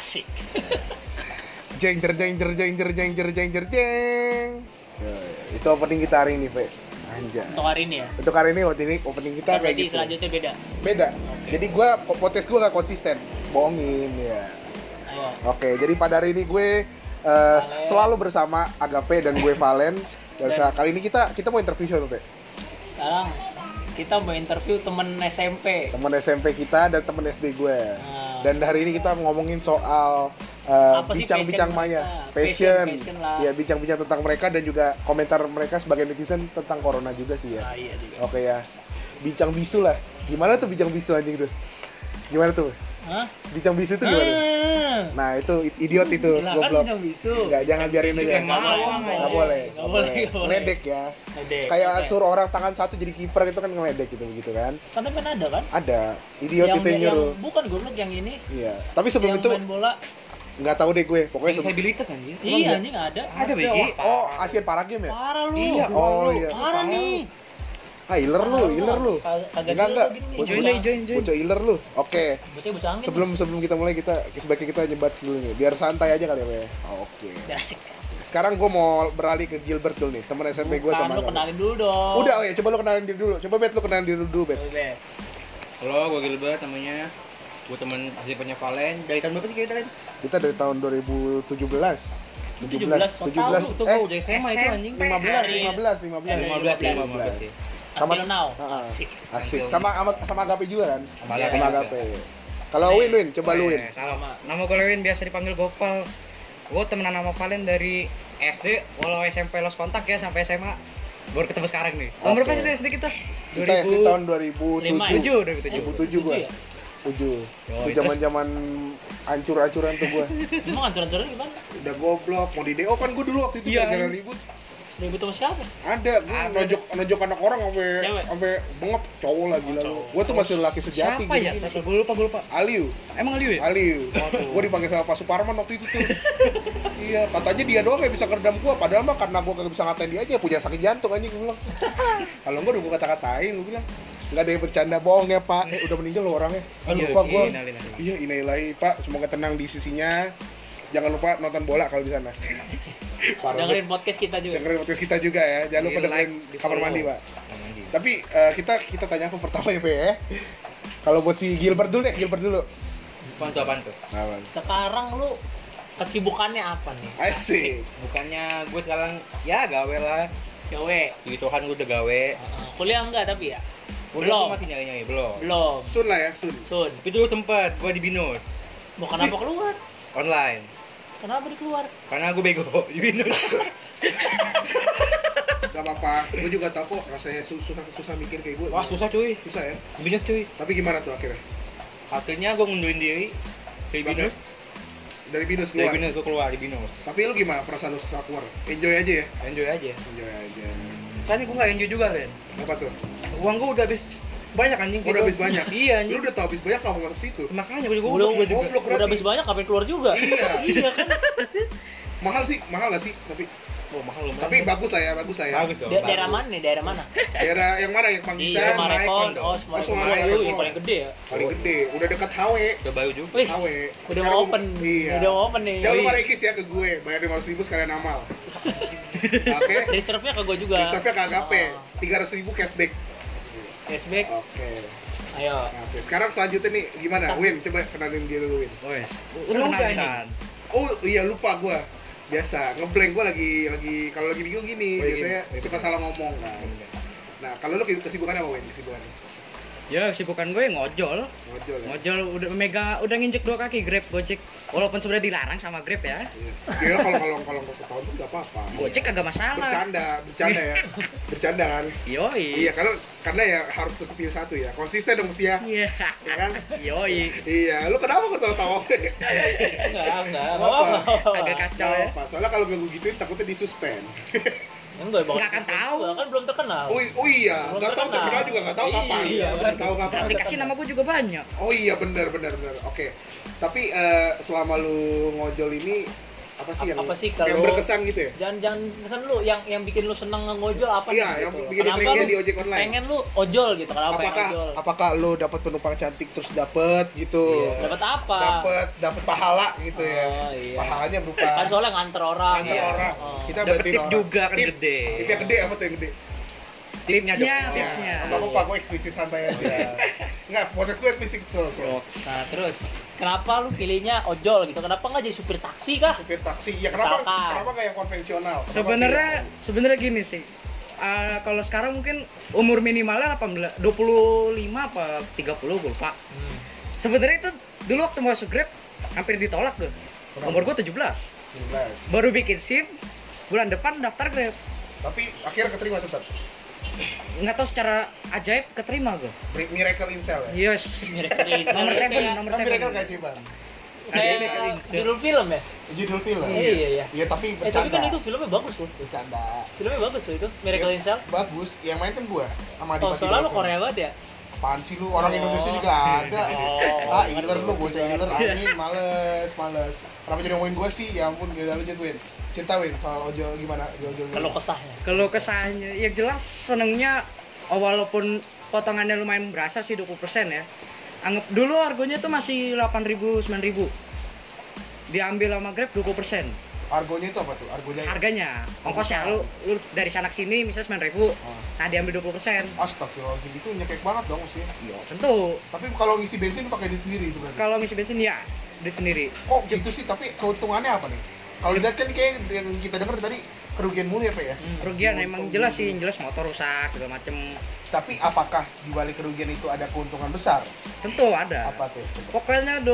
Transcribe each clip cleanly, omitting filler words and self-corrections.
Asik. Jeng jer jeng jer jeng jer jeng jer jeng jer jeng. Itu opening kita hari ini, Pe. Anjay. Untuk hari ini ya. Untuk hari ini opening kita kayak Berarti gitu. selanjutnya beda. Beda. Oke. Jadi podcast gue gak konsisten. Bohongin ya. Ayo. Oke, jadi pada hari ini gue selalu bersama Agape dan gue Valen. Dan kali ini kita mau interview siapa, Pe? Sekarang kita mau interview temen SMP. Teman SMP kita dan teman SD gue. Nah. Dan hari ini kita ngomongin soal Apa sih bincang-bincang passion Maya, mereka? passion lah. ya, bincang-bincang tentang mereka dan juga komentar mereka sebagai netizen tentang corona juga sih ya. Ah, iya juga. Oke ya, bincang bisu lah. Gimana tuh bincang bisu anjing tuh? Gimana tuh? Hah? Bincang bisu tuh gimana? Nah itu idiot itu, Lah kan goblok. bincang bisu. Enggak, jangan biarin aja. Nggak boleh. Nggak boleh. Ngeledek ya. Ngeledek, Kayak oke. suruh orang tangan satu jadi kiper itu kan ngeledek gitu kan. Kan tapi ada kan? Ada idiot itu yang nyuruh. Bukan goblok yang ini. Iya. Tapi sebelum yang itu main bola. nggak tahu deh gue. Pokoknya Disabilitas anjir. Iya, anjing ada. Ada, Begi. Oh, Asian Para Games ya? Parah lu. Iya, Oh iya. Parah nih. Ah, iler lu. Enggak. Join. Bocah iler lu. Oke. Bocah angin. Sebelum kita mulai sebaiknya kita nyebat dulu nih. Biar santai aja kali ya, Be. Oke. Biar asik. Sekarang gue mau beralih ke Gilbert dulu nih, teman SMP gue Bukan, sama lu Agape. kenalin dulu dong. Udah, oh ya, coba lu kenalin diri dulu. Coba Bet, lu kenalin diri dulu, Bet. Udah. Halo, gue Gilbert namanya. Gue teman SMP-nya Valen. Dari tahun berapa sih kita, Len? Kita dari tahun 2017. 17. 17. Itu gue udah SMA itu anjing. 15. 15 sih. Sama Until now. Asik. Asik. Asik. Sama Agape juga kan? Sama Sama Agape. Agape. Kalau Win, coba lu Win. Salam. Nama gue Lewin, biasa dipanggil Gopal. Gue temenan sama Valen dari SD, walau SMP lost kontak ya sampai SMA. Baru ketemu sekarang nih. Tahun berapa sih SD kita? Kita SD tahun 2007. 2007 gua. 7. Itu zaman-zaman hancur-hancuran tuh gua. Emang hancur-hancuran gimana? Udah goblok, mau di DO kan gua dulu waktu itu Iya. gara-gara ribut. Ribut sama siapa? Ada, gua nojok anak orang Cewek? sampai bengep cowok lagi lalu. Gua tuh masih laki sejati Siapa ya? gini. Gue lupa. Aliu. Emang Aliu ya? Aliu. Gua dipanggil sama Pak Suparman waktu itu tuh. Iya, katanya dia doang yang bisa keredam gua, padahal mah karena gua kagak bisa ngatain dia aja, punya sakit jantung anjing gua bilang. Kalau enggak udah gua kata-katain, gua bilang. Enggak ada yang bercanda, bohong ya, Pak. Udah meninggal loh orangnya. Lupa gua. Iya, innalillahi, Pak. Semoga tenang di sisinya. Jangan lupa nonton bola kalau di sana. Dengerin podcast kita juga. Dengerin podcast kita juga ya. Jangan lupa dengerin di kamar follow. mandi, Pak. Tapi kita tanya apa pertama ya, Pak ya. Kalau buat si Gilbert dulu deh, Apaan tuh? Apaan? Sekarang lu kesibukannya apa nih? Asik. Bukannya gue sekarang ya gawe lah. Gawe. Puji Tuhan gue udah gawe. Kuliah enggak tapi ya? Belum. Belum. Masih nyari belum. Belum. Sun lah ya, Sun. Sun. Tapi dulu sempet gue di Binus Mau kenapa keluar? online. Kenapa dikeluar? Karena gue bego di Binus. Gak apa-apa, gue juga tau kok rasanya susah mikir kayak gue. Wah susah cuy. Susah ya. Di Binus cuy. Tapi gimana tuh akhirnya? Akhirnya gue ngundurin diri dari Sebagai- Binus. Dari Binus Dari keluar. Binus gue keluar di Binus. Tapi lu gimana perasaan lu setelah keluar? Enjoy aja ya? Enjoy aja. Enjoy aja. Kan gue nggak enjoy juga kan. Apa tuh? Uang gue udah habis banyak anjing. Udah habis banyak? Iya Lu anjing. udah tau habis banyak kenapa masuk situ? Makanya gue Udah goblok juga. goblok. Udah habis banyak kapan keluar juga? Iya. Iya kan? Mahal gak sih? Oh, mahal lumayan. Tapi bagus lah ya. bagus dong. Daerah mana nih? Daerah mana? Daerah yang mana? Yang Iya, Panggisan? Marekon. dong. Oh, Oh, Sumarekon yang paling gede ya. Paling gede. Udah dekat HW. Udah bayu juga. Wih, HW. udah Sekarang mau open. Iya. Udah mau open nih. Jangan lupa Wih. rekis ya ke gue. Bayar 500.000 sekalian amal. Oke. Reserve-nya ke gue juga. Reserve-nya ke Agape. Oh. 300.000 cashback. Cashback. Oke. Ayo. Oke. Sekarang selanjutnya nih gimana? Win, coba kenalin diri lu, Win. Wes. Lu udah ini. Oh iya, lupa gua. Biasa ngeblank gua lagi kalau lagi bingung gini, Oh, iya, biasanya gini. suka salah ngomong kan. Nah, kalau lu kesibukan apa, Win? Kesibukan Ya kesibukan gue ngojol. ngojol ya? Ngojol udah nginjek 2 kaki Grab, Gojek. Walaupun sebenarnya dilarang sama Grab ya. Iya. Ya kalau ketahuan tuh enggak apa-apa. Gojek kagak masalah. Bercanda ya. Bercanda kan? Yoi. Iya, karena ya harus tetap pilih satu ya. Konsisten dong mesti ya. Iya. Ya kan? Yoi. Iya, lu kenapa ketawa-tawa? Enggak. Apa? Agak kacau ya. Apa? Soalnya kalau gak gituin takutnya disuspend. Enggak, Nggak akan tahu. Kan belum terkenal. Oh iya, Belum nggak tahu terkenal. terkenal juga nggak tahu kapan. Iya, Nggak tahu kapan. Aplikasi nama gue juga banyak. Oh iya, benar. Oke. Tapi selama lu ngojol ini apa sih yang Apa sih yang kalau- berkesan gitu ya? Jangan kesan lu yang bikin lu seneng ngojol apa Iya, sih? yang gitu? bikin lu Kenapa sering lu jadi ojek online. pengen lu ojol gitu, kenapa pengen Apakah ojol? apakah lo dapat penumpang cantik terus dapat gitu? Iya. Dapat apa? Dapat pahala gitu ya. Oh, iya. Pahalanya berupa Kan soalnya nganter orang antar ya. orang. Oh. Kita Dapat bantuin tip orang. juga kan Tip. gede. Tipnya gede apa tuh yang gede? Tipsnya Ya, tipsnya. nggak apa-apa, gue eksplisit santai aja. Enggak, podcast gue eksplisit terus. Nah, terus kenapa lu pilihnya ojol gitu? Kenapa nggak jadi supir taksi kah? Supir taksi, ya kenapa Misalkan. nggak yang konvensional? Kenapa Sebenarnya gini sih. Kalau sekarang mungkin umur minimalnya 25 apa 30 gue lupa. Sebenarnya itu dulu waktu masuk Grab hampir ditolak tuh. Kenapa? Umur gue 17. 17. Baru bikin SIM, bulan depan daftar Grab. Tapi akhirnya keterima tetap. Nggak tahu secara ajaib keterima gue. Miracle in Cell ya. Yes. Nomor Nomor Kan miracle 7. kayak Ciban. kayak judul film ya? Judul film. Iya. Iya, tapi Tapi bercanda. kan itu filmnya bagus loh. Bercanda. Filmnya bagus loh itu, Miracle in Cell. Bagus. Yang main kan gua sama Oh, Adipati soalnya lo Dolken. Korea banget ya? Apaan sih lu? Orang Oh. Indonesia juga ada. Oh. Iler lu, bocah iler, angin, males. Kenapa jadi ngomongin gua sih? Ya ampun, gak lanjut Win. Cerita Win, soal ojol gimana? Ojol Kalau kesahnya. Kalau kesannya ya jelas senengnya walaupun potongannya lumayan berasa sih 20% ya. Anggap dulu harganya tuh masih 8.000 9.000. Diambil sama Grab 20%. Argonya itu apa tuh? Argonya Harganya. Ongkosnya lu dari sana ke sini misalnya 9.000. Nah, diambil 20%. Astagfirullahaladzim, itu nyekek banget dong mesti. Iya, tentu. Tapi kalau ngisi bensin pakai duit sendiri sebenarnya. Kalau ngisi bensin ya duit sendiri. Kok gitu sih? Tapi keuntungannya apa nih? Kalau lihat kan kayak yang kita dengar tadi kerugian mulu ya Pak ya? Kerugian emang jelas sih, jelas motor rusak segala macem. Tapi apakah di balik kerugian itu ada keuntungan besar? Tentu ada. Apa tuh? Pokoknya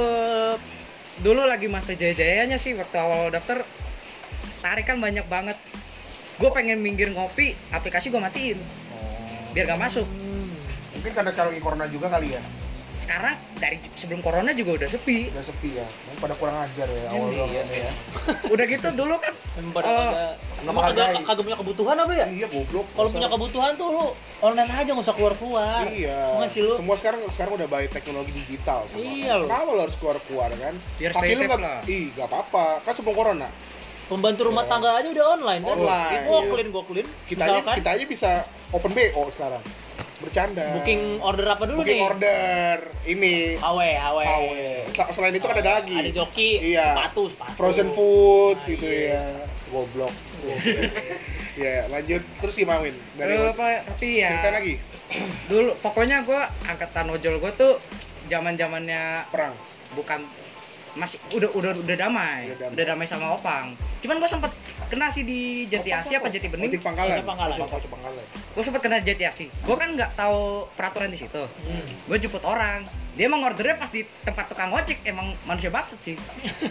dulu lagi masa jaya-jayanya sih waktu awal daftar tarikan banyak banget. Gue pengen minggir ngopi, aplikasi gue matiin biar gak masuk. Mungkin karena sekarang lagi corona juga kali ya? Sekarang dari sebelum corona juga udah sepi. Udah sepi ya? Pada kurang ajar ya awal Iya. ya? Udah gitu dulu kan Emang pada Oh, emang menghargai. kagak punya kebutuhan apa ya? Iya goblok. Kalau punya kebutuhan tuh lu online aja nggak usah keluar. Iya. Nggak sih lu? Semua sekarang udah by teknologi digital semua. Iya loh. Kenapa lo harus keluar kan? Biar Kaki stay lu safe nggak- lah. Ih, nggak apa-apa. Kan sebelum corona. Pembantu rumah tangga aja udah online kan? Online. Gua clean. Kita aja bisa open BO sekarang. Bercanda. Booking order apa dulu Booking nih? order. Ini HW. Selain itu kan ada lagi. Ada joki, Iya. sepatu. Frozen food Nah, gitu iya. ya. Goblok. Ya, lanjut terus gimana Win? Dari tapi ya cerita lagi dulu pokoknya gue angkatan ojol gue tuh zaman-zamannya perang. bukan masih udah damai. Udah damai sama Opang. Cuman gue sempet kena sih di Jati Asih apa Jati Bening. Ojek Pangkalan. Ojek Pangkalan. Ojek Pangkalan. Gue sempet kena Jati Asih. Gue kan nggak tahu peraturan di situ. Gue jemput orang. Dia emang ordernya pas di tempat tukang ojek, emang manusia bangsat sih.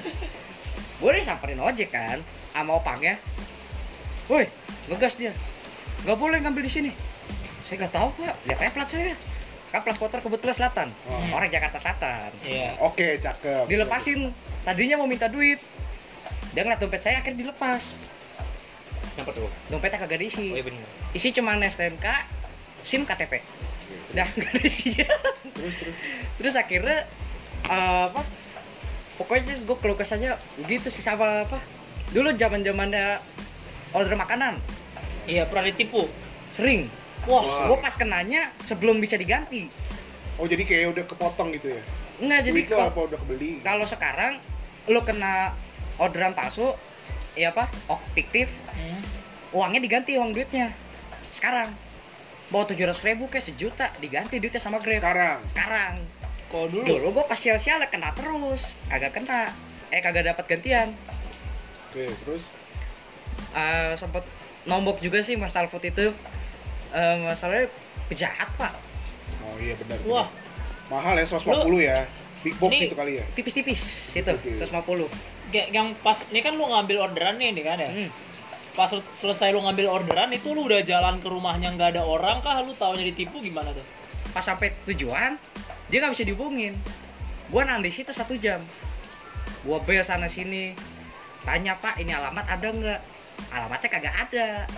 Gue disamperin ojek kan sama Opangnya. Woi, ngegas dia. Nggak boleh ngambil di sini. Saya nggak tahu Pak. Lihat aja plat saya. Kan plat motor kebetulan Selatan. Oh. Orang Jakarta Selatan. Iya. Oke, cakep. Dilepasin. Tadinya mau minta duit. Dia ngeliat dompet saya akhirnya dilepas. Kenapa tuh? Dompetnya kagak diisi. Oh iya bener. Isi cuma STNK, SIM, KTP. Dah nggak ada isinya. Terus akhirnya apa? Pokoknya gue keluh kesahnya gitu sih sama apa? Dulu zamannya order makanan Iya, pernah ditipu. sering. Wah. Wah, gue pas kenanya sebelum bisa diganti. Oh, jadi kayak udah kepotong gitu ya? Enggak, jadi Duit lo apa udah kebeli? kalau sekarang lo kena orderan palsu, ya apa? Oh, fiktif, uangnya diganti uang duitnya. Sekarang bawa 700.000 kayak 1 juta diganti duitnya sama Grab. Sekarang. Kalau dulu Dulu gua pas sial-sial kena terus, kagak kena. Kagak dapat gantian. Oke, terus? Sempet nombok juga sih Mas Alfut itu. Masalahnya penjahat, Pak. Oh iya benar. Wah. Mahal ya 150 ya. Big box Ini- itu kali ya. Tipis-tipis situ, Tipis. 150. kayak yang pas ini kan lu ngambil orderan nih kan ya. Pas selesai lu ngambil orderan itu lu udah jalan ke rumahnya nggak ada orang kah? Lu taunya ditipu gimana tuh? Pas sampai tujuan, dia nggak bisa dihubungin. Gua nang di situ 1 jam. Gua bel sana sini. Tanya, Pak, ini alamat ada nggak? Alamatnya kagak ada.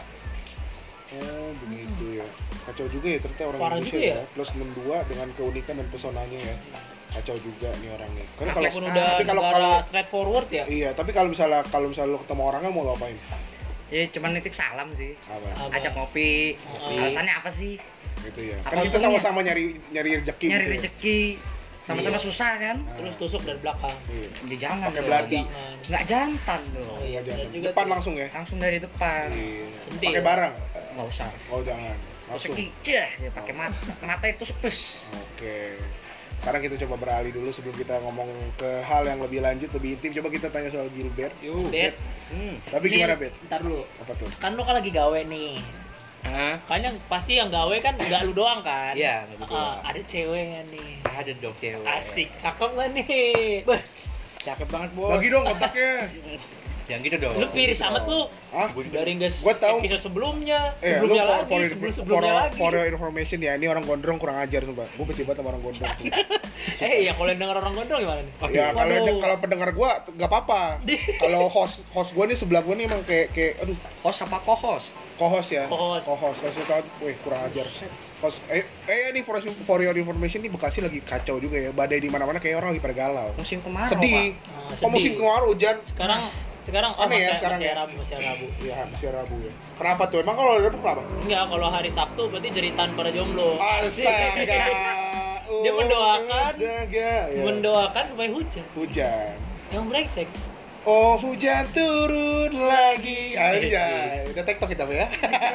Oh, begitu ya. Kacau juga ya ternyata orang Parah Indonesia juga ya. ya. Plus 62 dengan keunikan dan pesonanya ya. kacau juga nih orang nih. Karena kalau Meskipun udah tapi kalau negara straightforward ya. iya, tapi kalau misalnya lo ketemu orangnya mau lo apain? Ya cuman nitip salam sih. Apa? Ajak ngopi. Ngopi. Alasannya apa sih? Gitu ya. Apa Kan kita untungnya? sama-sama nyari rezeki Nyari gitu. Ya. rezeki. Sama-sama Iya. susah kan? Terus tusuk dari belakang. Iya. Ya jangan Pakai dong. belati. Jangan. Nggak jantan dong. Oh iya, Jangan. benar juga Depan tuh. langsung ya. Langsung dari depan. Iya. Sentil. Pakai barang. Nggak usah. Oh jangan. Langsung. Tusuk ijah ya pakai mata. Mata itu sepes. Oke. Sekarang kita coba beralih dulu sebelum kita ngomong ke hal yang lebih lanjut, lebih intim. Coba kita tanya soal Gilbert. Bet. Tapi Nih, gimana, Bet? Ntar dulu. Apa tuh? Kan lu kan lagi gawe nih. Hah? Kan yang pasti yang gawe kan nggak lu doang kan? Iya, nggak gua doang. Ada ceweknya nih. Ada dong cewek. Asik, cakep gak nih? Beh, Cakep banget, Bos. Bagi dong kontaknya. Yang gitu dong. lu piris amat lu. Hah? Dari nggak Gua tahu. episode sebelumnya, Lu sebelumnya lagi, sebelumnya lagi. for your information ya, ini orang gondrong kurang ajar sumpah. Gue benci banget sama orang gondrong. sumpah. Ya kalau yang denger orang gondrong gimana nih? Ya Waduh. kalau pendengar gua nggak apa-apa. Kalau host gua nih sebelah gua nih emang kayak aduh, Host apa co-host? co-host ya. Co-host. Host tahu, wih kurang ajar. Host ini for your information nih Bekasi lagi kacau juga ya. Badai di mana-mana kayak orang lagi pada galau. Musim kemarau, Sedih. Ah, Kok musim sedih. kemarau hujan? Sekarang Aneh ya masih- sekarang masih ya? Rabu. Iya, masih Rabu ya. Kenapa tuh? Emang kalau ada kenapa? Enggak, kalau hari Sabtu berarti jeritan para jomblo. Astaga. Dia mendoakan. Astaga. Ya. Mendoakan supaya hujan. Hujan. Yang brengsek. Oh hujan turun lagi. Anjay. Udah TikTok kita ya.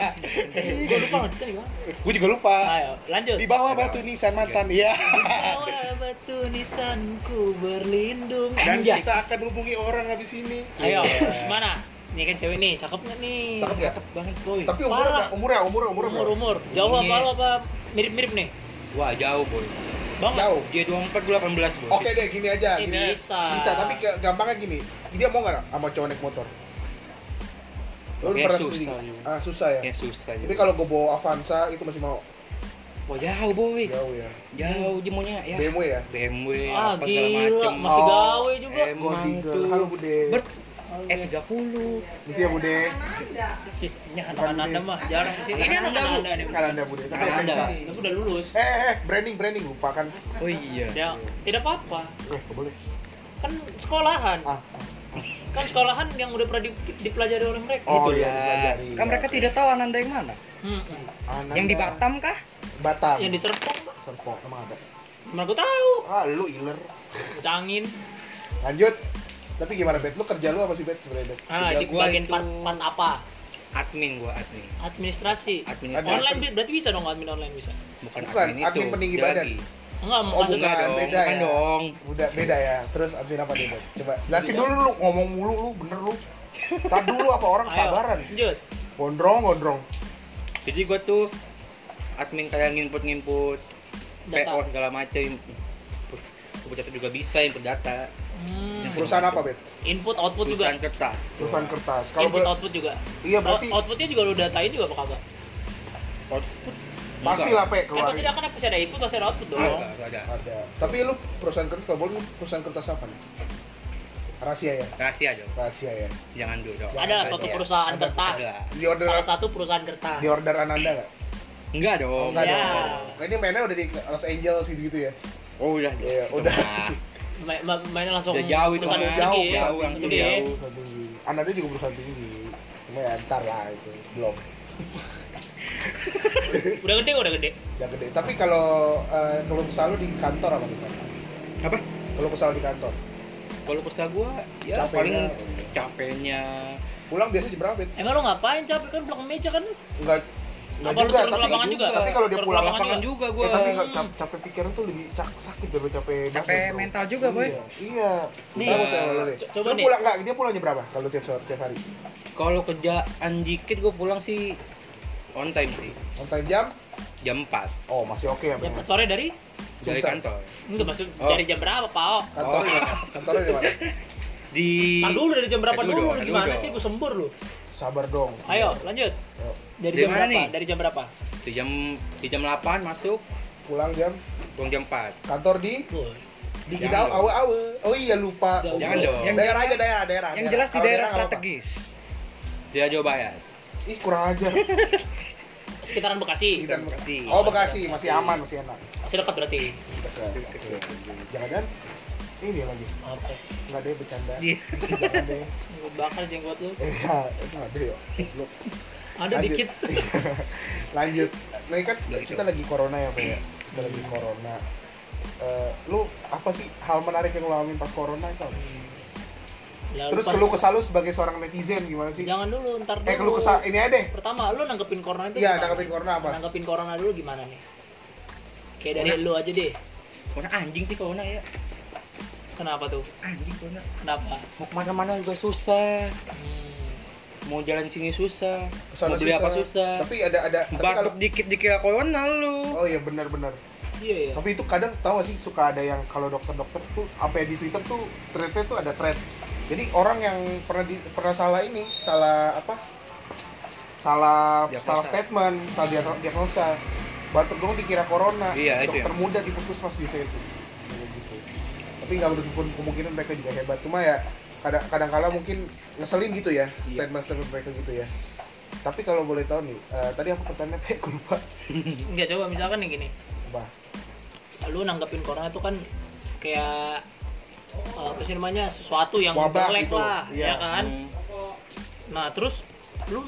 Gue lupa ngerti gimana. Gue juga lupa. Ayo, lanjut. Di bawah batu nisan mantan. Iya. Bawah batu nisanku berlindung. Dan Anjas. kita akan hubungi orang habis ini. Ayo, Iya. gimana? Ini kan cewek nih, cakep nggak nih? Cakep nggak? Cakep banget, boy. Tapi Parah. umurnya Jauh Iya. apa lu apa mirip-mirip nih? Wah, jauh, Boy. Banget. jauh. Dia 24 gue 18, Boy. Oke deh, gini aja. Eh, Gini bisa. tapi gampangnya gini. Dia mau nggak sama cowok naik motor? Lu Kayak pernah susah sendiri? juga. Ah susah ya. Kayak susah. Tapi kalau gue bawa Avanza itu masih mau. Wah, jauh, Boy. Jauh ya. Jauh jemunya ya. BMW ya. BMW Ah, apa segala gila, macem. masih Oh. gawe juga. Emang Gold digger. tuh. Halo Bude. 30. Misi ya Bude. Ini anak Anda mah jarang kesini. Ini anak Anda nih. Kan Anda Bude. Tapi Anak Anda. SMC. Tapi udah lulus. Branding lupakan. Oh iya. Ya, tidak apa-apa. Boleh. Kan sekolahan. Ah. Kan sekolahan yang udah pernah dipelajari oleh mereka. Oh Itulah. iya, dipelajari. Kan mereka tidak tahu Ananda yang mana? Ananda. Yang di Batam kah? Batam. Yang di Serpong, Pak. Serpong emang ada. Mana gue tahu. Ah, lu iler. Cangin. Lanjut. Tapi gimana, Bet? Lu kerja lu apa sih, Bet, sebenarnya, Bet? Ah, Kerja di gua bagian itu- part apa? Admin gua, admin. Administrasi. Administrasi. Online berarti bisa dong admin online bisa. Bukan Bukan, admin itu. admin peninggi Beda badan. lagi. Enggak, Oh, maksudnya bukan. dong, beda bukan ya. dong. Udah beda ya. Terus admin apa nih, Bet? Coba jelasin dulu lu, ngomong mulu lu, bener lu. Tadi dulu apa orang Ayo, sabaran? lanjut. Gondrong. Jadi gua tuh admin kayak nginput Data. PO segala macem. Input data juga bisa, input data. Perusahaan apa, Bet? Input output juga. Perusahaan kertas. Perusahaan kertas. Kalau Input output juga. iya berarti Outputnya juga lu datain juga apa kagak? Output. pasti Enggak. lah, Pe, Kan keluarin. pasti ada pasti ada input, pasti ada output dong. Enggak ada. Ada. Tapi lu perusahaan kertas kalau boleh lu perusahaan kertas apa nih? Rahasia ya? Rahasia dong. Rahasia ya. Jangan dulu dong. Ada lah suatu perusahaan Ada, kertas. ada. Di order Salah satu perusahaan kertas. di order Ananda enggak? Enggak dong. Enggak Ya. dong. Ini mainnya udah di Los Angeles gitu-gitu ya. Oh, udah. Iya, Itu udah. mah. Mainnya langsung Udah jauh itu, perusahaan Mas. tinggi Jauh, ya. jauh, Perusahaan langsung gede ya. jauh. Perusahaan tinggi. Ananda juga perusahaan tinggi. Cuma ya ntar lah itu belum. Udah gede. Udah gede. Tapi kalau kalau kesal lu di kantor apa nih, Pak? Apa? Kalau kesal di kantor. Kalau perusahaan gua ya Capeknya. paling capeknya. Pulang biasa jam berapa, Bet? Emang lu ngapain capek kan belakang meja kan? Enggak Apa lu juga, turun ke tapi lapangan juga? Tapi kalau dia Turun ke pulang lapangan Lapangan juga gua. tapi nggak capek pikiran tuh lebih sakit daripada capek Capek badan, bro. mental juga, Boy. Iya. Nih, Berapa tuh lu nih? coba Lu nih. pulang nggak? Dia pulangnya berapa kalau tiap hari? Kalau kerjaan dikit gua pulang sih on time sih. Sampai jam? Jam 4 Oh, masih oke ya, Jam Bang. sore dari? dari Sebentar. kantor. Enggak maksud Oh. dari jam berapa, Pak? Kantornya di mana? Kantornya di mana? Di Tar dulu dari jam berapa Tar dulu? tar Gimana dong. sih gue sembur lu? Sabar dong. Ayo, lanjut. Ayo. Dari Dari jam mana berapa? nih? Dari jam berapa? Di jam 8 masuk, Pulang jam pulang jam 4. kantor di Kidal, Jangan dong. awe-awe. Oh iya lupa. Jauh. Jangan dong. Yang Daerah aja daerah. Yang jelas di Kalau daerah nggak apa-apa. strategis. Dia Jawa Barat. Ih, kurang ajar. Sekitaran Bekasi. Sekitar Bekasi. Oh Bekasi, masih aman, masih enak. Masih dekat berarti. Oke. Jangan-jangan ini lagi. Apa? Nggak deh bercanda. Iya. Jangan deh. Gue bakar jenggot lu. Iya, itu ada ya. Lu Ada lanjut. dikit. Lanjut. Nah, ini kan kita lagi corona ya, Pak ya. Kita lagi corona. Lu apa sih hal menarik yang lu alamin pas corona itu? Lalu Terus pas- keluh kesah lu sebagai seorang netizen gimana sih? Jangan dulu, ntar dulu. Keluh kesah ini aja deh. Pertama, lu nanggepin corona itu Iya, gimana? nanggepin corona apa? Nanggepin corona dulu gimana nih? Kayak dari lu aja deh. Corona anjing sih corona ya. Kenapa tuh? Anjing corona. Kenapa? Mau kemana-mana juga susah. Mau jalan sini susah. Kesana Mau beli apa susah. Tapi ada tapi kalau Batuk dikit dikira corona lu. oh iya benar-benar. Iya ya. Tapi itu kadang tahu gak sih suka ada yang kalau dokter-dokter tuh apa ya di Twitter tuh thread-nya tuh ada thread. Jadi orang yang pernah salah ini, salah apa? Salah Diagnosa. statement, salah diagnosa. Batuk dong dikira corona. Iya, itu dokter ya. muda di puskesmas bisa itu. Kayak gitu. Tapi nggak menutup kemungkinan mereka juga hebat. Cuma ya kadang-kala mungkin ngeselin gitu ya Iya. statement mereka gitu ya. Tapi kalau boleh tahu nih, tadi apa pertanyaannya? Gue lupa. Enggak, coba misalkan nih gini. Apa? Lu nanggepin corona itu kan kayak apa sih namanya? Sesuatu yang Wabah jelek gitu. lah, Iya. ya kan? Nah, terus lu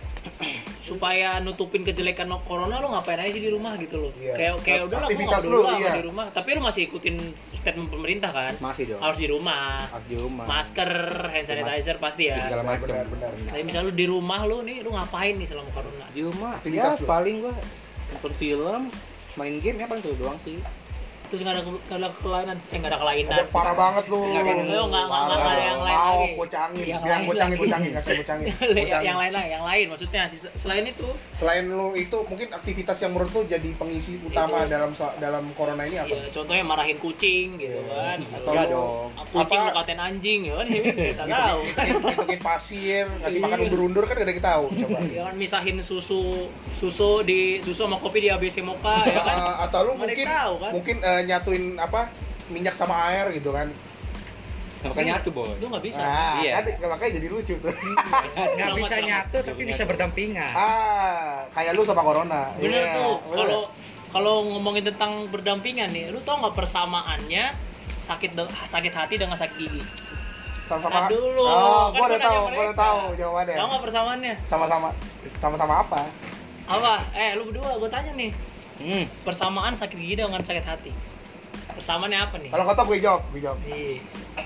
supaya nutupin kejelekan corona lu ngapain aja sih di rumah gitu loh. Iya. Kayak udah lah, gua Aktivitas nggak lu, peduli lah sama iya. di rumah. Tapi lu masih ikutin statement pemerintah kan? Masih dong. Harus di rumah. Harus di rumah. Masker, hand sanitizer pasti ya. Segala macam. Benar. Tapi misalnya lu di rumah lu nih, lu ngapain nih selama corona? Di rumah. Aktivitas Ya lu. paling gua nonton film, main game ya paling itu doang sih. Terus nggak ada kelainan, nggak ada kelainan. Ada parah banget lu. Nggak ada yang lain Mau lagi. bocangin, Yang yang lain bocangin, lagi. kasih bocangin. yang lain maksudnya selain itu Selain lu itu mungkin aktivitas yang menurut lu jadi pengisi utama Itu. dalam corona ini apa? ya contohnya marahin kucing gitu Iya. kan. Atau Iya lu dong. Kucing apa? lu katain anjing ya kan, kita tahu. Ngitungin pasir, ngasih Iya. makan undur-undur kan gak ada yang tahu. Coba. Ya kan misahin susu sama kopi di ABC Mocha ya kan. Atau lu Nggak ada mungkin yang tahu, kan? mungkin nyatuin apa? Minyak sama air gitu kan. Makanya nyatu, Boy. Lu nggak bisa. Nah, Iya. kan makanya jadi lucu tuh. Nggak Selamat, bisa selamat. nyatu tapi bisa berdampingan. Kayak lu sama corona. Bener Iya, tuh. bener. Kalau ngomongin tentang berdampingan nih, lu tau nggak persamaannya sakit hati dengan sakit gigi? sama-sama. Nah, dulu. Oh, Kan gua udah nanya tahu, mereka. gua udah tahu jawabannya. Tau nggak persamaannya? Sama-sama apa? Apa? Lu berdua, gue tanya nih. Hmm. Persamaan sakit gigi dengan sakit hati. Persamaannya apa nih? Kalau nggak tahu gue jawab. Nih.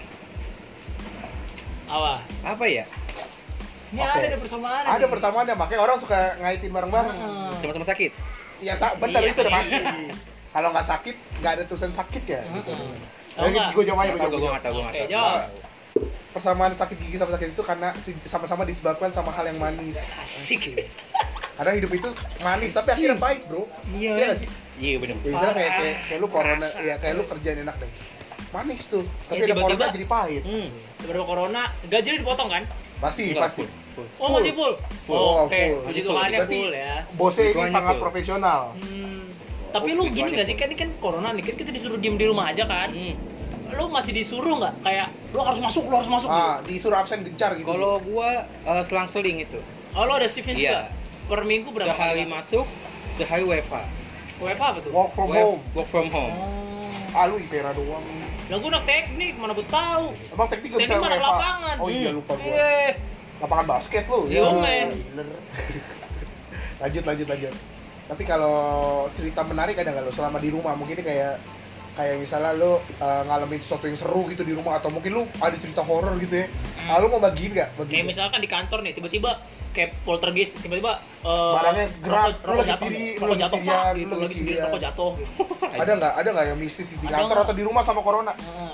Apa? Apa ya? Ini Oke. ada persamaan. Ada persamaannya, makanya orang suka ngaitin bareng-bareng. Sama-sama sakit. Iya, bener Iya. itu udah pasti. Kalau nggak sakit, nggak ada tulisan sakit ya. Gitu. Tahu nggak? Gue jawab aja, Nggak tahu, gua nggak tahu, gua nggak Oke, tahu. jawab. Persamaan sakit gigi sama sakit itu karena sama-sama disebabkan sama hal yang manis. Asik. Kadang hidup itu manis tapi akhirnya pahit, bro. Iya. Iya nggak sih? Iya benar. Ya misalnya kayak, Parah. kayak lu corona, Rasa. ya kayak lu kerjaan enak deh. Manis tuh, tapi Ya, ada tiba-tiba- corona jadi pahit. Tiba-tiba corona, gajinya dipotong kan? Pasti, Enggak, pasti. full. Oh, Full. gaji full. Full. Oh, Oh, oke. full. Puji Full. Tuhannya Berarti- full ya. Bosnya ini Hitungannya sangat full. profesional. Tapi lu gini nggak sih? Kan ini kan corona nih, kan kita disuruh diem di rumah aja kan? Lu masih disuruh nggak? Kayak lu harus masuk gitu. Disuruh absen gencar gitu. Kalau gua selang-seling itu. Oh, lu ada shiftnya juga? Iya. Per minggu berapa Sehari kali masuk, sehari WFH. WFH apa tuh? Work from home. Work from home. Oh. Lu ITERA doang. Lah gua anak teknik, mana gua tahu. Emang teknik gak bisa Teknik mana WFH? lapangan. Oh iya, lupa gua. Iya. Lapangan basket lu. Iya, men. Gila. lanjut. Tapi kalau cerita menarik ada nggak lo selama di rumah? Mungkin ini kayak misalnya lo ngalamin sesuatu yang seru gitu di rumah, atau mungkin lo ada cerita horor gitu ya. Lo mau bagiin nggak? Kayak misalkan di kantor nih, tiba-tiba kayak poltergeist, tiba-tiba Barangnya gerak, lu lagi jatuh, sendiri, rokok lu lagi jatuh, sendirian, Pak, lu gitu, lagi lagi sendiri, sendirian. rokok jatuh gitu. Ada nggak yang mistis di Ada kantor nggak? atau di rumah sama corona? Heeh.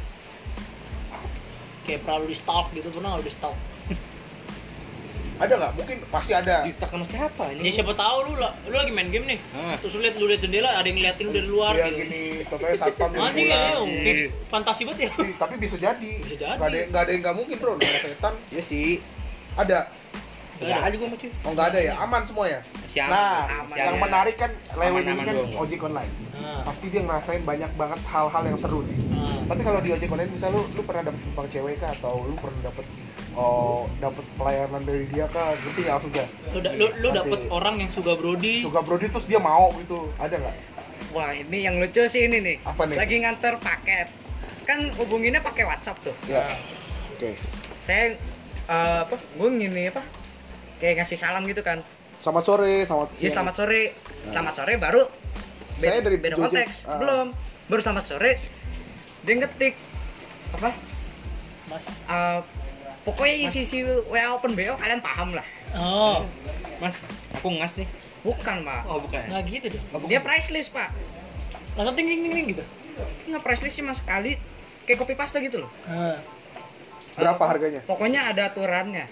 Kayak pernah lu di stalk gitu, pernah nggak lu di stalk? Ada nggak? Mungkin pasti ada. Di-stuck sama siapa ini? Ya siapa tahu lu lagi main game nih. Ah. Terus lu lihat jendela, ada yang ngeliatin lu dari luar Iya gitu. gini, totalnya satpam yang Anjing ya, pulang. Iya. fantasi banget ya. Tapi bisa jadi. Bisa jadi. Nggak ada yang nggak mungkin bro. Namanya setan Iya sih. ada. Enggak aja gua mah, cuy. Oh nggak ada ya? Aman semua ya? Masih aman. Nah, Masih yang aman. menarik kan Lewen ini Aman-aman kan doang. ojek online. Nah, Pasti dia ngerasain banyak banget hal-hal yang seru nih. nah. Tapi kalau di ojek online misalnya lu pernah dapet penumpang cewek kah, atau lu pernah dapet dapat pelayanan dari dia kah? Ngerti nggak maksudnya? Lu dapet Nanti. orang yang suka brodi. Suka Brody terus dia mau gitu, ada nggak? Wah, ini yang lucu sih ini nih. Apa nih? Lagi nganter paket. Kan hubunginnya pakai WhatsApp tuh. Ya. Nah. Oke. Saya gue gini kayak ngasih salam gitu kan. Selamat sore, selamat Ya selamat sore. Selamat sore baru Saya dari beda Gojek. konteks. Belum. Baru selamat sore. Dia ngetik apa? Mas. Pokoknya isi WA Open BO kalian paham lah. Oh. Mas, aku ngas nih. Bukan, Pak. Oh, bukan. Nggak gitu deh. Dia price list, Pak. Langsung ting ting ting ting gitu. Nggak price list cuma sekali kayak copy paste gitu loh. Nah. Berapa harganya? Pokoknya ada aturannya.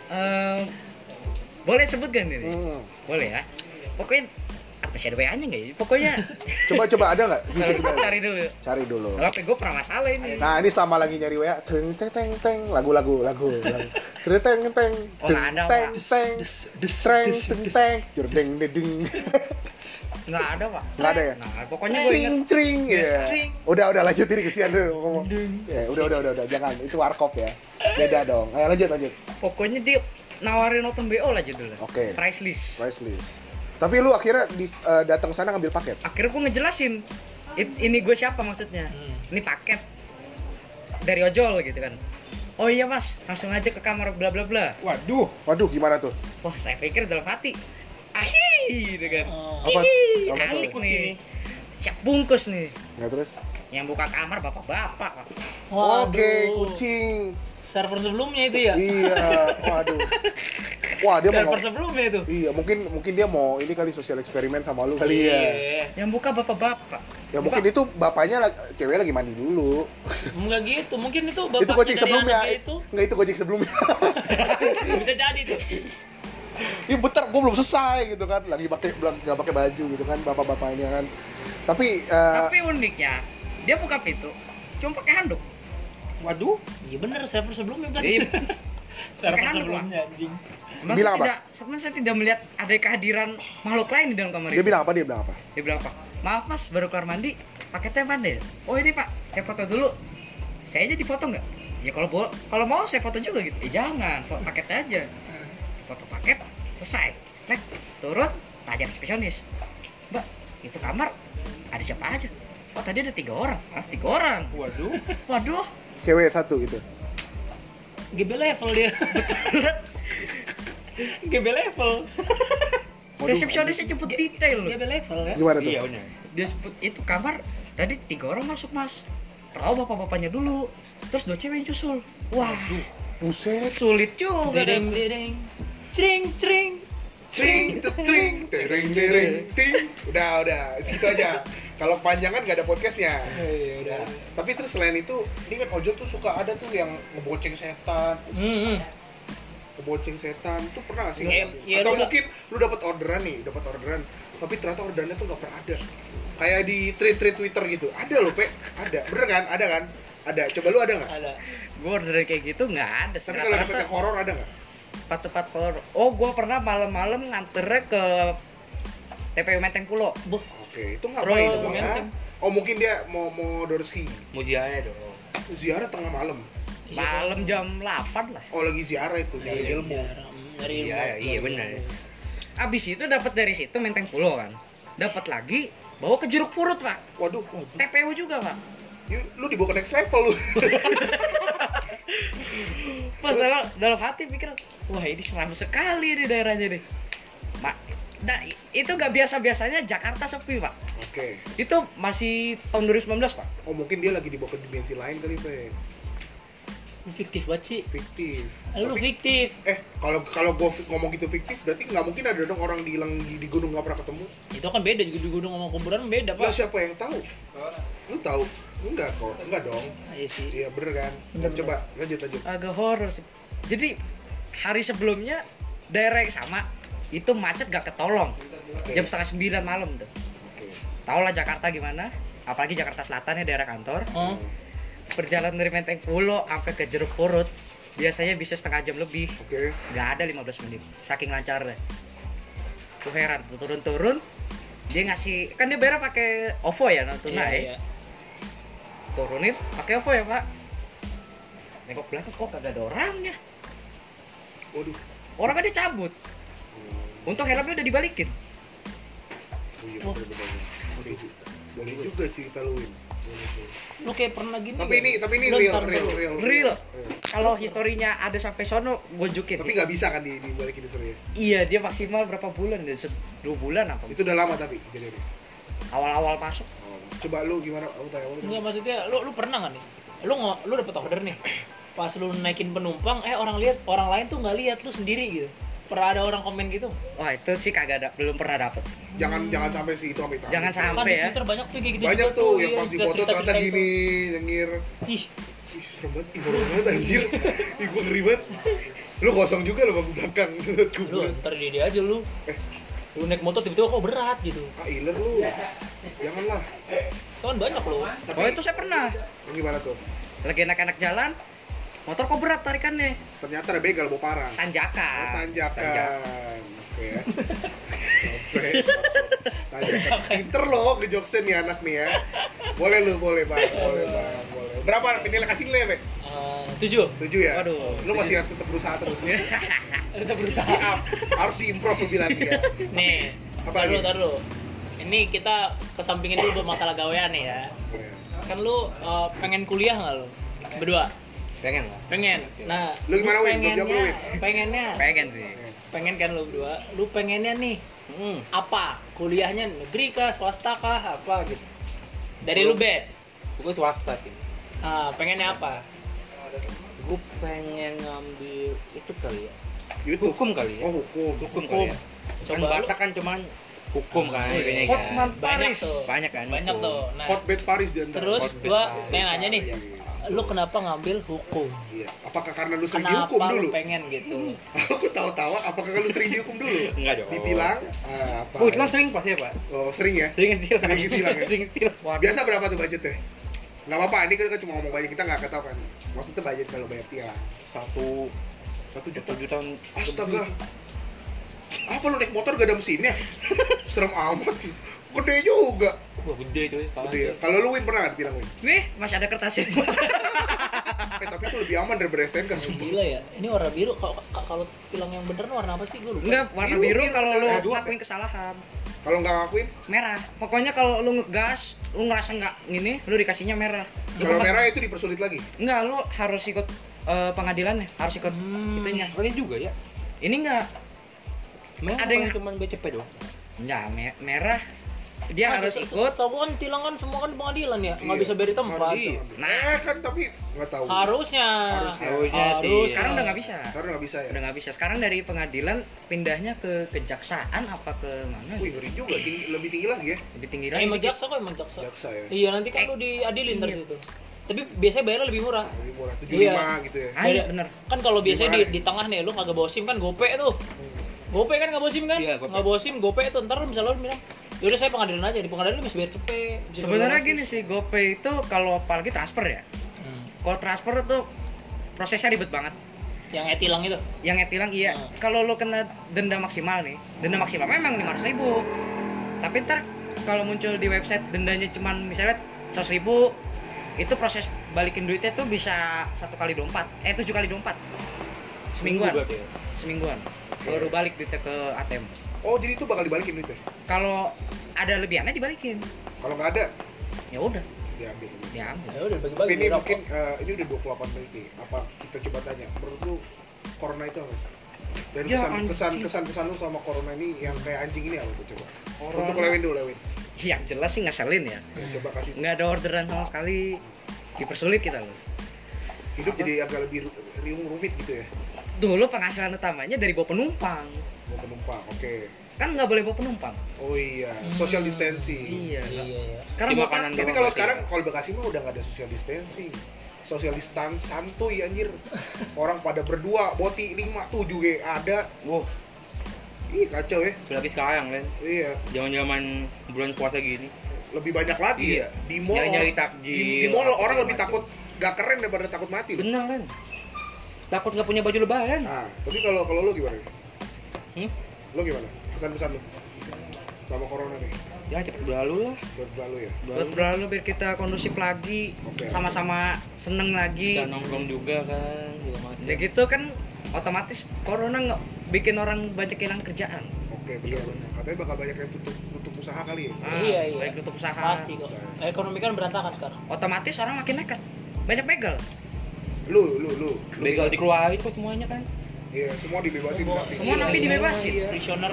Boleh sebut gak nih? Boleh ya. Pokoknya apa sih ada WA-nya nggak ya? Pokoknya Coba ada nggak? cari dulu. Cari dulu. Soalnya gue pernah masalah ini. Nah, ini selama lagi nyari WA, teng teng teng teng, lagu. Teng teng teng, Oh, nggak ada, teng Pak. teng, teng teng teng, jurdeng dedeng. Nggak ada, Pak. Nggak ada ya? Nah, pokoknya gue ingat. Cring, ya. Cring. Udah lanjut ini kesian dulu ngomong. Ya, udah, jangan. Itu warkop ya. Beda dong. Ayo lanjut. Pokoknya dia nawarin Open BO lah judulnya. Oke. Price list. Price list. Tapi lu akhirnya datang sana ngambil paket. Akhirnya gue ngejelasin. Ini gue siapa maksudnya? Ini paket dari ojol gitu kan. Oh iya mas, langsung aja ke kamar bla bla bla. Waduh, gimana tuh? Wah saya pikir dalam hati, ahi gitu kan. Oh. Apa? Ih, Apa tuh? asik nih. Siap bungkus nih. Nggak terus? Yang buka kamar bapak-bapak. Waduh. Oke, kucing. Server sebelumnya itu ya? Iya, waduh. Wah, dia mau Server sebelumnya itu. Iya, mungkin dia mau ini kali sosial eksperimen sama lu kali ya. Iya. Yang buka bapak-bapak. Ya mungkin itu bapaknya cewek lagi mandi dulu. Enggak gitu, mungkin itu bapaknya Itu Gojek dari sebelumnya. anaknya itu. Enggak, itu Gojek sebelumnya. Bisa jadi tuh. Iya bentar, gue belum selesai gitu kan. Lagi nggak pakai baju gitu kan, bapak-bapaknya kan. Tapi uniknya dia buka pintu cuma pakai handuk. Waduh. Iya bener, server sebelumnya kan. Iya. Server Pakai handuk, sebelumnya anjing. Cuma Bilang sebenarnya saya tidak melihat ada kehadiran makhluk lain di dalam kamar dia itu. bilang apa? Dia bilang apa? Dia bilang apa? Maaf mas, baru keluar mandi, paketnya mana ya? Oh ini pak, saya foto dulu. Saya jadi foto nggak? Ya kalau mau saya foto juga gitu. Jangan, paketnya aja. Saya foto paket, selesai. Nek, turun, tanya resepsionis. Mbak, itu kamar ada siapa aja? Oh tadi ada 3 orang. Ah 3 orang. Waduh. Cewek satu gitu. GB level dia. GB level. Resepsionisnya jemput detail loh. GB level ya. Gimana tuh? Iya benar. Dia sebut itu kamar tadi 3 orang masuk mas. Tahu bapak-bapaknya dulu. Terus 2 cewek yang nyusul. Wah, Buset. sulit juga. Dedeng dedeng. Cring cring. Cring, cring, tereng, ting. Udah, segitu aja. Kalau kepanjangan nggak ada podcastnya. Iya, udah. Nah, tapi terus selain itu, ini kan ojol tuh suka ada tuh yang ngeboceng setan. Ngeboceng setan tuh pernah nggak sih? Iya, Atau lu mungkin lu dapat orderan, tapi ternyata orderannya tuh nggak pernah ada. Kayak di tweet Twitter gitu. Ada loh, Pe. Ada. Bener kan? Ada kan? Ada. Coba lu ada nggak? Ada. Gue orderan kayak gitu nggak ada. Tapi kalau dapet yang horor ada nggak? tempat horor. Oh, gue pernah malam-malam nganternya ke TPU Menteng Pulo. Oke, itu ngapain Terus, tuh ya? Menteng. Oh mungkin dia mau dorski. Mau ziarah dong. Ziarah tengah malam. Malam jam 8 lah. Oh lagi ziarah itu, nyari ilmu. Dari ilmu. Iya benar. Abis itu dapat dari situ Menteng Pulo kan. Dapat lagi bawa ke Jeruk Purut, Pak. Waduh, TPU juga, Pak. lu dibawa ke next level lu. Pas dalam hati pikir, wah ini seram sekali di daerahnya nih. Itu gak biasa-biasanya Jakarta sepi, Pak. Oke. Itu masih tahun 2019, Pak. Oh mungkin dia lagi dibawa ke dimensi lain kali, Pe. Lu fiktif banget sih. Fiktif. Lu fiktif. Kalau gua ngomong gitu fiktif, berarti nggak mungkin ada dong orang hilang di gunung nggak pernah ketemu. Itu kan beda juga di gunung sama kuburan beda, Lah Pak. siapa yang tahu? Lu tahu? Enggak kok, enggak dong. Iya sih. Iya bener kan? Bener. Coba lanjut. Agak horor sih. Jadi hari sebelumnya daerah yang sama itu macet gak ketolong. Oke. Jam 8:30 malam tuh. Oke. Tau lah Jakarta gimana? Apalagi Jakarta Selatan ya daerah kantor. Oh. Perjalanan dari Menteng Pulo sampai ke Jeruk Purut biasanya bisa setengah jam lebih. Oke. Nggak ada 15 menit. Saking lancarnya. Tuh heran, tuh turun-turun dia ngasih, kan dia bayar pakai OVO ya, non tunai. Iya. Turunin pakai OVO ya, Pak. Nengok belakang kok kagak ada orangnya. Waduh. Orang kan dicabut. Untung helmnya udah dibalikin. Oh iya, bener-bener. Boleh juga cerita lu, Win. Lu kayak pernah gini. Tapi ini Lu real. ntar dulu. Real. Kalau historinya ada sampai sono, gue junjukin. Tapi nggak bisa kan dibalikin historinya. Iya, dia maksimal berapa bulan? 2 bulan apa? Itu udah lama tapi kejadiannya. Awal-awal masuk. Oh, coba lu gimana? Aku tanya lu. Enggak, maksudnya lu pernah nggak nih? Lu dapet order nih. Pas lu naikin penumpang, orang lain tuh nggak lihat lu sendiri gitu. Pernah ada orang komen gitu? Wah, itu sih belum pernah dapet sih. Jangan sampai sih itu amit. Jangan Kan sampai di ya. Twitter banyak tuh kayak gitu. Banyak juga tuh yang iya, pas di foto cerita-cerita ternyata itu. gini, nyengir. Ih, Ih, serem banget. Ih, horor banget anjir. Ih, gua ngeri banget. Lu kosong juga lu bangku belakang menurut lu gua. ntar dia aja lu. Lu naik motor tiba-tiba kok berat gitu. Ah, iler lu. Janganlah. Itu kan banyak loh. Oh, itu saya pernah. Yang gimana tuh? Lagi enak-enak jalan, motor kok berat tarikannya. Ternyata ada begal bawa parang. Tanjakan. Oh, tanjakan. Oke ya. Oke. Tanjakan. Pinter loh ngejoksen nih anak nih ya. Boleh Bang. Boleh. Berapa nilai kasih nilai, Bek? 7. 7 ya? Waduh, Lu masih harus tetap berusaha terus. Kita berusaha. Di-up. Harus di-improve lebih lagi ya. Nih, Apa lagi? tar dulu. Ini kita kesampingin dulu buat masalah gawean nih ya. Kan lu pengen kuliah nggak lu? Berdua? Pengen lah. Pengen. Nah, Lu gimana, Win? Belum jawab lu, Win. Pengen sih. Pengen kan lu berdua? Lu pengennya nih apa? Kuliahnya negeri kah, swasta kah, apa gitu? Dari lu, Bet. Gue swasta sih. Pengennya apa? Gue pengen ngambil itu kali ya. YouTube. Hukum kali ya. Oh, hukum. Hukum kali ya. Coba Kan lu- Batak kan cuman hukum kan. iya. kayaknya Hotman kan. Banyak Paris. tuh. Banyak kan. Banyak hukum. tuh. Nah, Hotbed Paris di antara. terus Hotbed gua Paris. pengen nanya nih, Iya. lu kenapa ngambil hukum? Iya. Apakah karena lu sering Kenapa dihukum lu dulu? pengen gitu? Aku tahu-tahu apakah lu sering dihukum dulu? Enggak dong. Ditilang? Apa? Oh, itu sering pasti ya, Pak. Oh, sering ya? Sering ditilang. Sering ditilang ya? Sering ditilang. Biasa berapa tuh budgetnya? Nggak apa-apa, ini kan cuma ngomong budget, kita nggak ketahuan. Maksudnya budget kalau bayar tilang. 1 juta. 1 juta. Astaga. Apa lu naik motor gak ada mesinnya? Serem amat. Gede juga. Wah, gede itu. Gede ya. Kalau lu Win pernah nggak ditilang, Win? Nih, masih ada kertasnya. Tapi itu lebih aman daripada STNK sumpah. Gila ya. Ini warna biru. Kalau tilang yang bener warna apa sih? Gua lupa. Enggak, warna Biru, biru biru, kalau lu ada dua, ngelakuin kesalahan. Kalau nggak ngakuin, Merah. Pokoknya kalau lu ngegas, lu ngerasa nggak gini, lu dikasihnya merah. kalau merah itu dipersulit lagi. Enggak, lu harus ikut pengadilannya, harus ikut itunya. Kalian juga ya. Ini enggak. Ada yang cuman BCP doang. enggak merah. Dia harus ikut. Tahu gua kan tilang kan semua kan pengadilan ya. Nggak Iya. bisa beri tempat. Harus. Nah. Kan tapi nggak tahu. Harusnya. Harusnya. Harus. Sekarang udah nggak bisa. Karena nggak bisa ya. Udah nggak bisa. Sekarang dari pengadilan pindahnya ke kejaksaan apa ke mana? Wih, ngeri juga, lebih tinggi lagi ya. Lebih tinggi Emang lagi. jaksa kok emang jaksa. Jaksa ya. Iya, nanti kan lu diadilin dari situ. Tapi biasanya bayarnya lebih murah. Lebih murah, 75 Iya. gitu ya. Ah, iya, bener. Kan kalau biasanya Gimana? di tengah nih lu kagak bawa SIM kan gope tuh. Gope kan nggak bawa SIM kan? Iya, gope. Nggak bawa SIM gope tuh. Ntar lu misalnya lu bilang, yaudah saya pengadilan aja. Di pengadilan lu bisa bayar cepet. Bisa Sebenarnya bayar gini sih, GoPay itu kalau apalagi transfer ya. Hmm. Kalau transfer itu prosesnya ribet banget. Yang e-tilang itu. Yang tilang iya. Kalau lo kena denda maksimal nih, denda maksimal memang 500.000. Tapi ntar kalau muncul di website dendanya cuman misalnya 100.000, itu proses balikin duitnya tuh bisa 1 kali 24, 7 kali 24. Semingguan. Berarti ya? Semingguan. Baru balik duitnya ke ATM. Oh, jadi itu bakal dibalikin duitnya. Kalau ada lebihannya dibalikin. Kalau nggak ada, Ya udah, diambil. diambil. Ya udah Tapi bagi-bagi. ini berapa? mungkin ini udah 28 menit nih. Apa kita coba tanya, menurut lu corona itu apa sih? Dan Ya, kesan lu sama corona ini yang kayak anjing ini apa tuh coba? Corona. Untuk Lewin dulu, Lewin. Yang jelas sih ngeselin ya. Ya, coba kasih. Nggak ada orderan sama sekali. Dipersulit kita loh. Hidup jadi agak lebih rumit gitu ya. Dulu penghasilan utamanya dari bawa penumpang. Mau penumpang, oke. Kan nggak boleh bawa penumpang. Oh iya, social distancing. Iya. Iya, iya. Sekarang Di bawa makanan Tapi doang kalau berarti sekarang ya? kalau Bekasi mah udah nggak ada social distancing. Social distance santuy anjir. Orang pada berdua, boti 5, 7 ge ada. Wow, Ih kacau ya. apalagi sekarang kan. Iya, Zaman-zaman bulan puasa gini. lebih banyak lagi Iya. ya. Di mall, Nyari takjil, di mall apa orang segala lebih macam. takut gak keren daripada takut mati loh. Bener kan? Takut nggak punya baju lebaran. Nah, tapi kalau lu gimana? Hmm? Lu gimana? Pesan-pesan lu sama corona nih Ya cepet berlalu lah. buat lu ya. buat berlalu biar kita kondusif lagi, Oke. sama-sama seneng lagi. Kita nongkrong juga kan. Segala macam. Ya gitu kan otomatis corona nggak bikin orang banyak kehilangan kerjaan. Oke, benar. Katanya bakal banyak yang tutup usaha kali ya. Iya. Baik tutup usaha. Pasti kok. Ekonomi kan berantakan sekarang. Otomatis orang makin nekat. Banyak begal. Lu Begal dikeluarin kok semuanya kan. Iya, semua dibebasin. Semua napi dibebasin. Prisoner.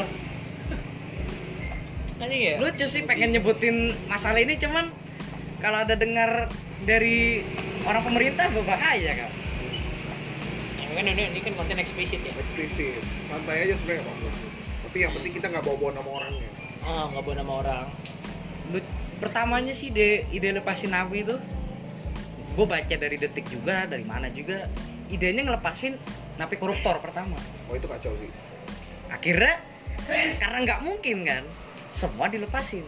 Anjing ya? Lucu sih pengen nyebutin masalah ini cuman kalau ada dengar dari orang pemerintah berbahaya kan. Ya, kan ini kan konten eksplisit ya. Eksplisit. Santai aja sebenarnya Pak. Tapi yang penting kita nggak bawa-bawa nama orangnya. Nggak boleh nama orang. Pertamanya sih ide lepasin napi itu gue baca dari Detik juga, dari mana juga, idenya ngelepasin napi koruptor pertama. Oh, itu kacau sih. Akhirnya karena nggak mungkin kan semua dilepasin,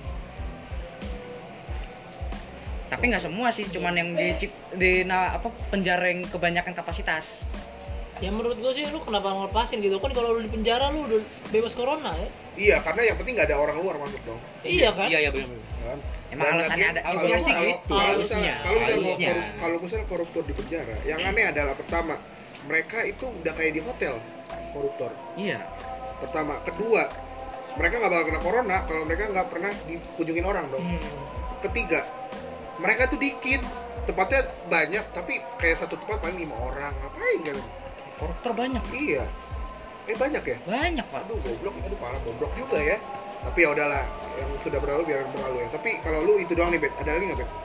tapi nggak semua sih, cuman yang penjara yang kebanyakan kapasitas. Ya menurut gue sih lu kenapa ngelepasin gitu kan, kalau lu di penjara lu udah bebas corona ya. Iya, karena yang penting nggak ada orang luar masuk dong. Iya kan? Iya benar. Kan? Emang Dan alasannya lagi, ada kalau imigrasi kalau- gitu. kalau Harusnya. kalau misalnya koruptor di penjara, yang aneh adalah pertama, mereka itu udah kayak di hotel koruptor. Iya. Pertama, kedua, mereka nggak bakal kena corona kalau mereka nggak pernah dikunjungin orang dong. Ketiga, mereka tuh dikit, tempatnya banyak, tapi kayak satu tempat paling 5 orang, ngapain kan? Koruptor banyak. Iya, banyak ya? Banyak pak. Aduh parah bobrok juga ya. Tapi ya udahlah, yang sudah berlalu biar berlalu ya. Tapi kalau lu itu doang nih, Bet. Ada lagi nggak, Bet?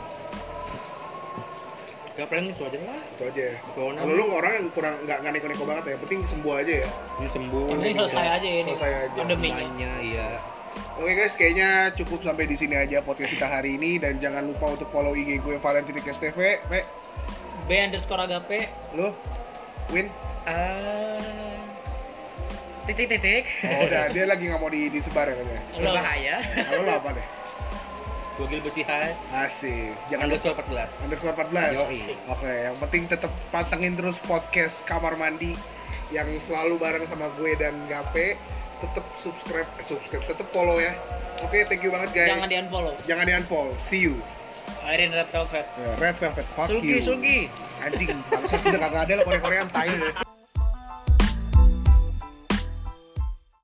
Gak pernah itu aja lah. Itu aja ya. Corona. Kalau lu orang yang kurang nggak neko-neko banget ya, yang penting sembuh aja ya. Ini sembuh. Yang penting selesai aja ini. Selesai aja. Pandeminya. Pandeminya, iya. Oke guys, kayaknya cukup sampai di sini aja podcast kita hari ini, dan jangan lupa untuk follow IG gue Valentitik.stv. Pe, B_agape. lu, Win. Titik. Oh udah, dia lagi nggak mau disebar ya katanya. Berbahaya. Kalau lu apa deh? Gogil bersihan. Asik. Jangan lupa Underscore 14. _14. Yoi. Oke, yang penting tetap pantengin terus podcast Kamar Mandi yang selalu bareng sama gue dan Gape. Tetap subscribe, tetap follow ya. Oke, thank you banget guys. Jangan di-unfollow. See you. Airin Red Velvet. Red Velvet, fuck you. Sugi. Anjing, bangsa udah kagak ada lah Korea-Koreaan tai.